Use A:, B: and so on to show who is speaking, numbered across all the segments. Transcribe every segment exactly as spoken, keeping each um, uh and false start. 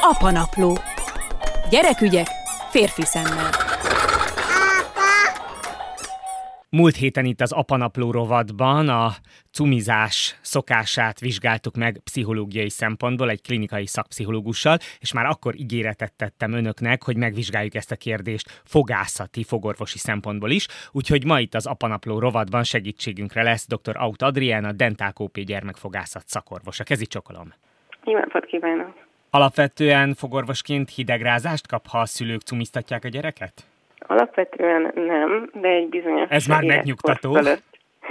A: Apanapló. Gyerekügyek férfi szemmel.
B: Múlt héten itt az Apanapló rovatban a cumizás szokását vizsgáltuk meg pszichológiai szempontból egy klinikai szakpszichológussal, és már akkor ígéretet tettem önöknek, hogy megvizsgáljuk ezt a kérdést fogászati, fogorvosi szempontból is, úgyhogy ma itt az Apanapló rovatban segítségünkre lesz dr. Auth Adrián, Dentál kó pé gyermekfogászat szakorvosa. Kezi csokolom!
C: Jó napot kívánok!
B: Alapvetően fogorvosként hidegrázást kap, ha a szülők cumiztatják a gyereket?
C: Alapvetően nem, de egy bizonyos
B: Ez már megnyugtató.
C: Fölött,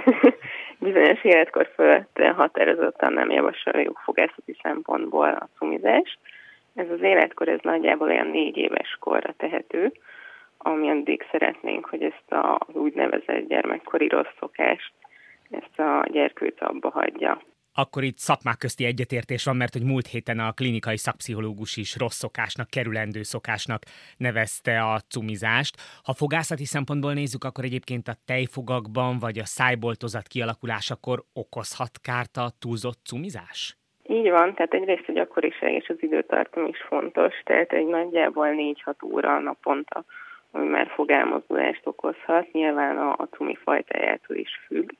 C: bizonyos életkor fölött határozottan nem javasoljuk fogászati szempontból a cumizást. Ez az életkor ez nagyjából olyan négy éves korra tehető, ami addig szeretnénk, hogy ezt az úgynevezett gyermekkori rossz szokást, ezt a gyerkőt abba hagyja.
B: Akkor itt szakmák közti egyetértés van, mert hogy múlt héten a klinikai szakpszichológus is rossz szokásnak, kerülendő szokásnak nevezte a cumizást. Ha fogászati szempontból nézzük, akkor egyébként a tejfogakban vagy a szájboltozat kialakulásakor okozhat kárt a túlzott cumizás?
C: Így van, tehát egyrészt a gyakoriság és az időtartam is fontos, tehát egy nagyjából négy-hat óra naponta, ami már fogálmozdulást okozhat, nyilván a, a cumi fajtájától is függ,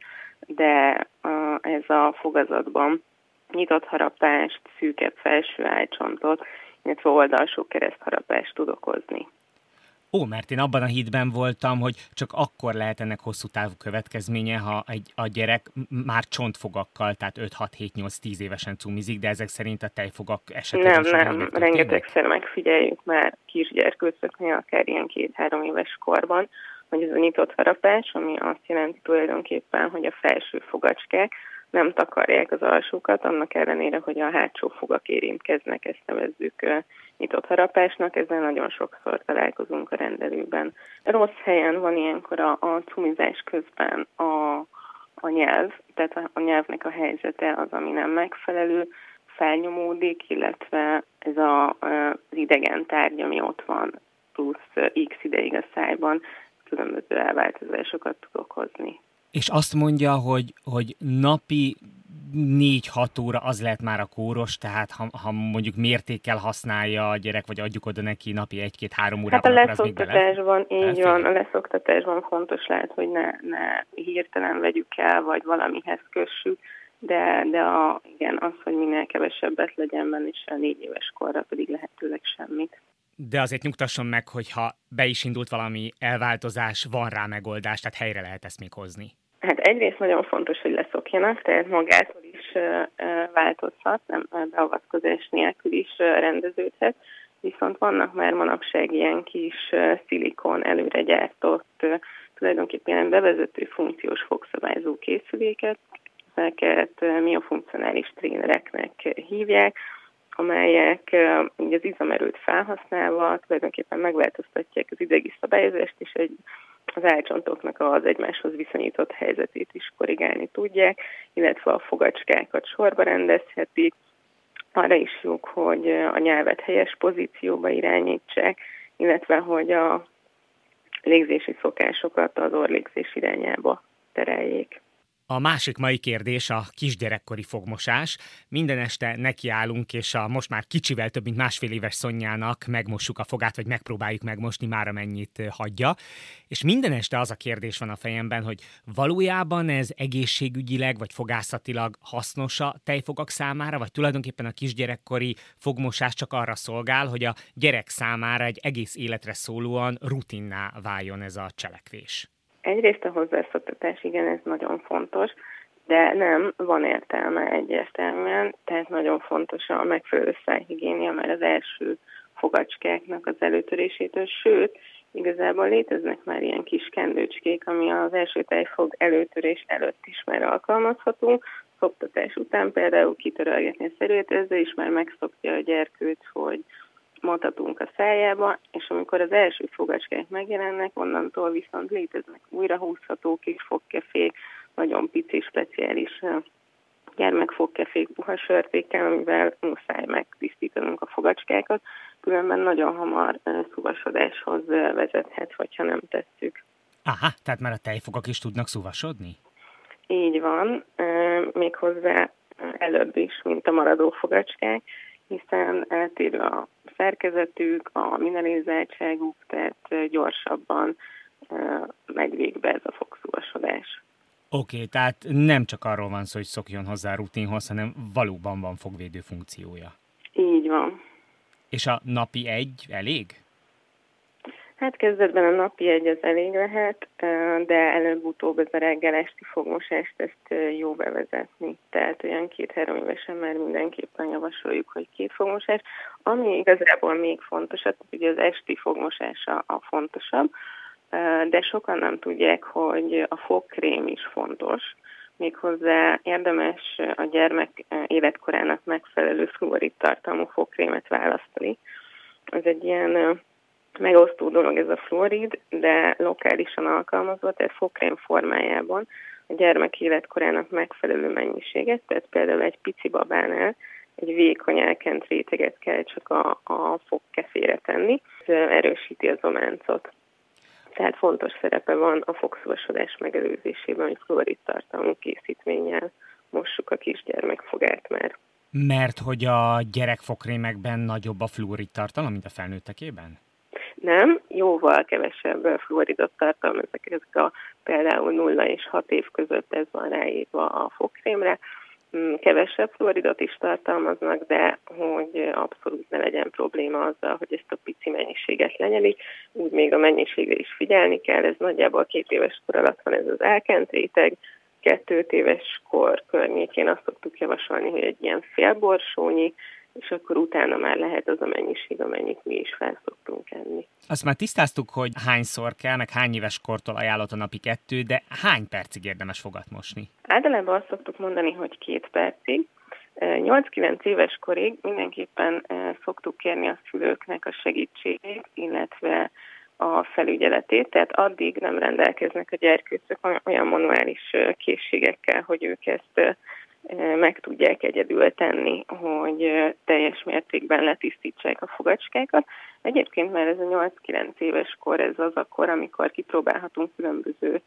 C: de uh, ez a fogazatban nyitott harapást, szűkebb felső ágycsontot, illetve oldalsó keresztharapást tud okozni.
B: Ó, mert én abban a hitben voltam, hogy csak akkor lehet ennek hosszú távú következménye, ha egy, a gyerek már csontfogakkal, tehát öt-hat-hét-nyolc-tíz évesen cumizik, de ezek szerint a tejfogak esetében
C: Nem, nem, rengetegszer megfigyeljük már kisgyerkőcöknél, akár ilyen két-három éves korban, hogy ez a nyitott harapás, ami azt jelenti tulajdonképpen, hogy a felső fogacskák nem takarják az alsókat, annak ellenére, hogy a hátsó fogak érintkeznek, ezt nevezzük nyitott harapásnak, ezzel nagyon sokszor találkozunk a rendelőben. Rossz helyen van ilyenkor a, a cumizás közben a, a nyelv, tehát a, a nyelvnek a helyzete az, ami nem megfelelő, felnyomódik, illetve ez a, az idegen tárgy, ami ott van, plusz x ideig a szájban, különböző elváltozásokat tud okozni.
B: És azt mondja, hogy, hogy napi négy-hat óra az lehet már a kóros, tehát ha, ha mondjuk mértékkel használja a gyerek, vagy adjuk oda neki napi egy-két-három órában,
C: hát a
B: akkor az még
C: leszoktatásban, így van, a leszoktatásban fontos lehet, hogy ne, ne hirtelen vegyük el, vagy valamihez kössük, de, de a, igen, az, hogy minél kevesebbet legyen benne, és a négy éves korra pedig lehetőleg semmit.
B: De azért nyugtasson meg, hogyha be is indult valami elváltozás, van rá megoldás, tehát helyre lehet ezt még hozni.
C: Hát egyrészt nagyon fontos, hogy leszokjanak, tehát magától is változhat, nem beavatkozás nélkül is rendeződhet, viszont vannak már manapság ilyen kis szilikon előre gyártott, tulajdonképpen bevezető funkciós fogszabályzó készüléket, ezeket miofunkcionális trénereknek hívják, amelyek így az izomerőt felhasználva tulajdonképpen megváltoztatják az idegi szabályozást, és egy, az ágycsontoknak az egymáshoz viszonyított helyzetét is korrigálni tudják, illetve a fogacskákat sorba rendezhetik. Arra is jók, hogy a nyelvet helyes pozícióba irányítsák, illetve hogy a légzési szokásokat az orrlégzés irányába tereljék.
B: A másik mai kérdés a kisgyerekkori fogmosás. Minden este nekiállunk, és a most már kicsivel több mint másfél éves Szonyának megmossuk a fogát, vagy megpróbáljuk megmosni, már amennyit hagyja. És minden este az a kérdés van a fejemben, hogy valójában ez egészségügyileg, vagy fogászatilag hasznos a tejfogak számára, vagy tulajdonképpen a kisgyerekkori fogmosás csak arra szolgál, hogy a gyerek számára egy egész életre szólóan rutinná váljon ez a cselekvés.
C: Egyrészt a hozzászoktatás, igen, ez nagyon fontos, de nem, van értelme egyértelműen, tehát nagyon fontos a megfelelő szájhigiénia, mert az első fogacskáknak az előtörésétől, sőt, igazából léteznek már ilyen kis kendőcskék, ami az első tejfog előtörés előtt is már alkalmazható, szoktatás után például kitörölgetni a szerőt, ezzel is már megszokja a gyerkőt, hogy mondhatunk a szájába, és amikor az első fogacskák megjelennek, onnantól viszont léteznek újra húzható kis fogkefék, nagyon pici, speciális gyermekfogkefék puha sörtékkel, amivel muszáj megtisztítanunk a fogacskákat, különben nagyon hamar szuvasodáshoz vezethet, hogyha nem tesszük.
B: Aha, tehát már a tejfogak is tudnak szuvasodni?
C: Így van, méghozzá előbb is, mint a maradó fogacskák, hiszen eltérő a szerkezetük, a mineralizáltságuk, tehát gyorsabban megy végbe ez a fogszúvasodás.
B: Oké, okay, tehát nem csak arról van szó, hogy szokjon hozzá a rutinhoz, hanem valóban van fogvédő funkciója.
C: Így van.
B: És a napi egy elég?
C: Hát kezdetben a napi egy az elég lehet, de előbb-utóbb ez a reggel-esti fogmosást ezt jó bevezetni. Tehát olyan két-három évesen már mindenképpen javasoljuk, hogy két fogmosás. Ami igazából még fontosabb, ugye az esti fogmosása a fontosabb, de sokan nem tudják, hogy a fogkrém is fontos. Méghozzá érdemes a gyermek életkorának megfelelő fluorid tartalmú fogkrémet választani. Ez egy ilyen megosztó dolog ez a fluorid, de lokálisan alkalmazott, tehát fogkrém formájában a gyermek életkorának megfelelő mennyiséget, tehát például egy pici babánál egy vékony elkent réteget kell csak a, a fogkefére tenni, ez erősíti az ománcot. Tehát fontos szerepe van a fogszúvasodás megelőzésében, hogy fluorid tartalmú készítménnyel mossuk a kisgyermek fogát már.
B: Mert hogy a gyerekfogkrémekben nagyobb a fluorid tartalom, mint a felnőttekében?
C: Nem, jóval kevesebb fluoridot tartalmaznak ezek a például nulla és hat év között ez van ráírva a fogkrémre. Kevesebb fluoridot is tartalmaznak, de hogy abszolút ne legyen probléma azzal, hogy ezt a pici mennyiséget lenyelik, úgy még a mennyiségre is figyelni kell, ez nagyjából két éves kor alatt van ez az elkent réteg, kettőt éves kor környékén azt szoktuk javasolni, hogy egy ilyen fél borsónyi, és akkor utána már lehet az a mennyiség, amennyit mi is fel szoktunk enni.
B: Azt már tisztáztuk, hogy hányszor kell, meg hány éves kortól ajánlott a napi kettő, de hány percig érdemes fogat mosni?
C: Általában azt szoktuk mondani, hogy két percig. nyolc-kilenc éves korig mindenképpen szoktuk kérni a szülőknek a segítségét, illetve a felügyeletét, tehát addig nem rendelkeznek a gyerkőcök olyan manuális készségekkel, hogy ők ezt meg tudják egyedül tenni, hogy teljes mértékben letisztítsák a fogacskákat. Egyébként már ez a nyolc-kilenc éves kor, ez az a kor, amikor kipróbálhatunk különböző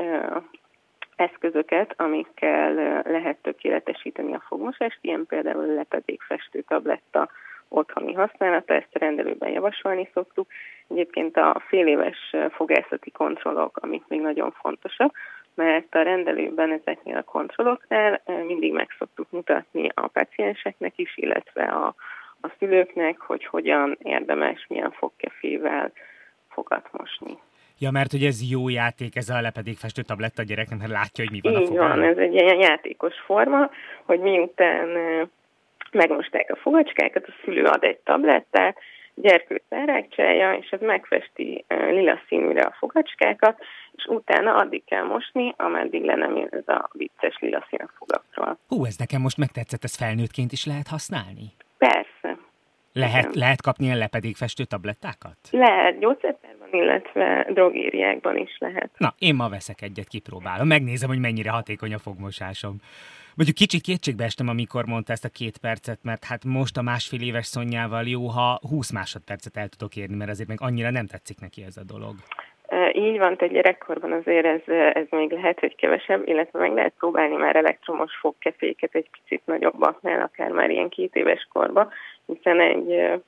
C: eszközöket, amikkel lehet tökéletesíteni a fogmosást, ilyen például a lepedékfestő tabletta otthoni használata, ezt a rendelőben javasolni szoktuk. Egyébként a féléves fogászati kontrollok, amik még nagyon fontosak, mert a rendelőben ezeknél a kontrolloknál mindig meg szoktuk mutatni a pácienseknek is, illetve a, a szülőknek, hogy hogyan érdemes, milyen fogkefével fogat mosni.
B: Ja, mert hogy ez jó játék, ez a lepedékfestő tabletta a gyereknek, mert látja, hogy mi van
C: Így
B: a fogán.
C: van, ez egy ilyen játékos forma, hogy miután megmosták a fogacskákat, a szülő ad egy tablettát, gyerkőc elrákcsálja, és ez megfesti lila színűre a fogacskákat, és utána addig kell mosni, ameddig le nem jön ez a vicces lila szín a fogakról.
B: Hú, ez nekem most megtetszett, ezt felnőttként is lehet használni?
C: Persze.
B: Lehet, lehet kapni ilyen lepedékfestő tablettákat?
C: Lehet, gyógyszertárban, illetve drogériákban is lehet.
B: Na, én ma veszek egyet, kipróbálom, megnézem, hogy mennyire hatékony a fogmosásom. Mondjuk kicsit kétségbe estem, amikor mondta ezt a két percet, mert hát most a másfél éves Szonyával jó, ha húsz másodpercet el tudok érni, mert azért meg annyira nem tetszik neki ez a dolog.
C: Így van, te gyerekkorban azért ez, ez még lehet, hogy kevesebb, illetve meg lehet próbálni már elektromos fogkeféket egy picit nagyobbaknál, akár már ilyen két éves korban, hiszen egy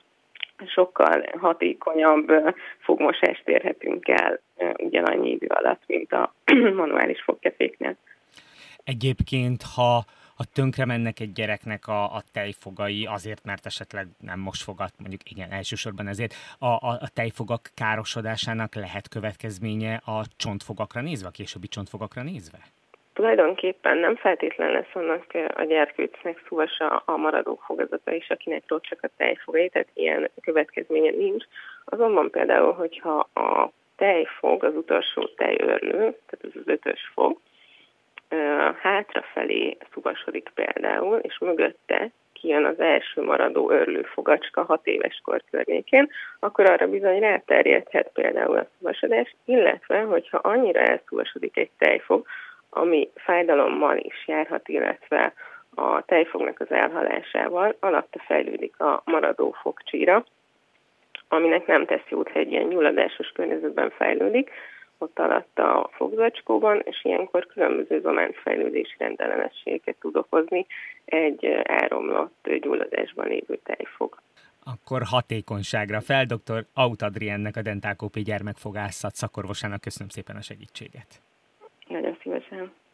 C: sokkal hatékonyabb fogmosást érhetünk el ugyanannyi idő alatt, mint a manuális fogkeféknél.
B: Egyébként, ha ha tönkre mennek egy gyereknek a, a tejfogai, azért, mert esetleg nem most fogat, mondjuk igen, elsősorban ezért, a, a, a tejfogak károsodásának lehet következménye a csontfogakra nézve, a későbbi csontfogakra nézve?
C: Tulajdonképpen nem feltétlenül lesz annak a gyerkőcnek szúvas a, a maradó fogazata is, akinek ott csak a tejfogai, tehát ilyen következménye nincs. Azonban például, hogyha a tejfog, az utolsó tejőrlő, tehát ez az ötös fog, hátrafelé szuvasodik például, és mögötte kijön az első maradó őrlőfogacska hat éves kor környékén, akkor arra bizony ráterjedhet például a szuvasodás, illetve, hogyha annyira elszúvasodik egy tejfog, ami fájdalommal is járhat, illetve a tejfognak az elhalásával, alatta fejlődik a maradó fogcsíra, aminek nem tesz jót, ha egy ilyen nyulladásos környezetben fejlődik, ott alatt a fogzacskóban, és ilyenkor különböző zomántfejlődési rendellenességeket tud okozni egy elromlott gyulladásban lévő tejfog.
B: Akkor hatékonyságra fel. doktor Auth Adriennek, a Dental Kópé gyermekfogászat szakorvosának köszönöm szépen a segítséget.
C: Nagyon szívesen.